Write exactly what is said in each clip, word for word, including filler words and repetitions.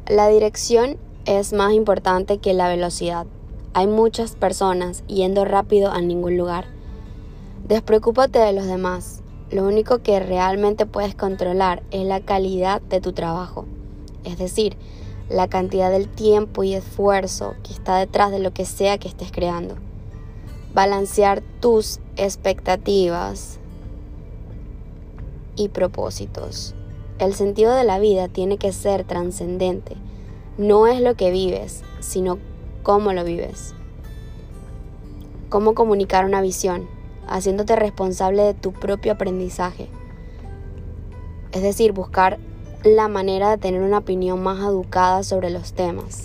La dirección es más importante que la velocidad. Hay muchas personas yendo rápido a ningún lugar. Despreocúpate de los demás. Lo único que realmente puedes controlar es la calidad de tu trabajo. Es decir, la cantidad del tiempo y esfuerzo que está detrás de lo que sea que estés creando. Balancear tus expectativas y propósitos. El sentido de la vida tiene que ser trascendente. No es lo que vives, sino cómo lo vives. Cómo comunicar una visión, haciéndote responsable de tu propio aprendizaje. Es decir, buscar la manera de tener una opinión más educada sobre los temas.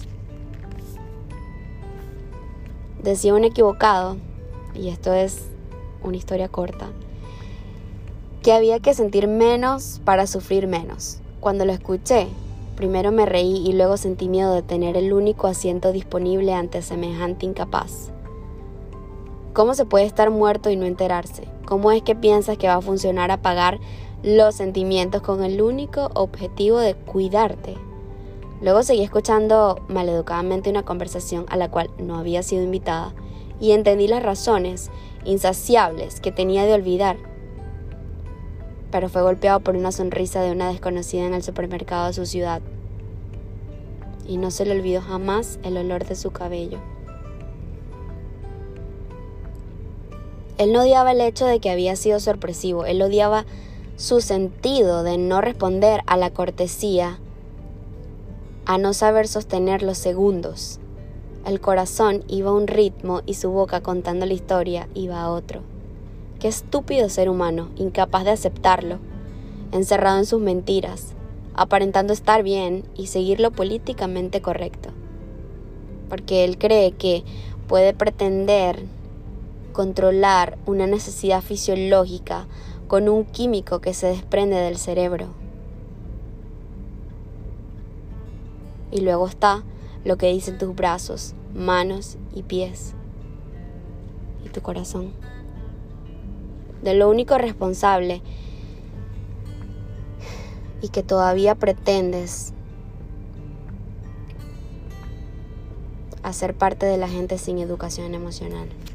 Decía un equivocado, y esto es una historia corta, que había que sentir menos para sufrir menos. Cuando lo escuché, primero me reí y luego sentí miedo de tener el único asiento disponible ante semejante incapaz. ¿Cómo se puede estar muerto y no enterarse? ¿Cómo es que piensas que va a funcionar apagar los sentimientos con el único objetivo de cuidarte? Luego seguí escuchando maleducadamente una conversación a la cual no había sido invitada y entendí las razones insaciables que tenía de olvidar. Pero fue golpeado por una sonrisa de una desconocida en el supermercado de su ciudad. Y no se le olvidó jamás el olor de su cabello. Él no odiaba el hecho de que había sido sorpresivo. Él odiaba su sentido de no responder a la cortesía, a no saber sostener los segundos. El corazón iba a un ritmo y su boca, contando la historia, iba a otro. Qué estúpido ser humano, incapaz de aceptarlo, encerrado en sus mentiras, aparentando estar bien y seguir lo políticamente correcto. Porque él cree que puede pretender controlar una necesidad fisiológica con un químico que se desprende del cerebro. Y luego está lo que dicen tus brazos, manos y pies y tu corazón. De lo único responsable y que todavía pretendes hacer parte de la gente sin educación emocional.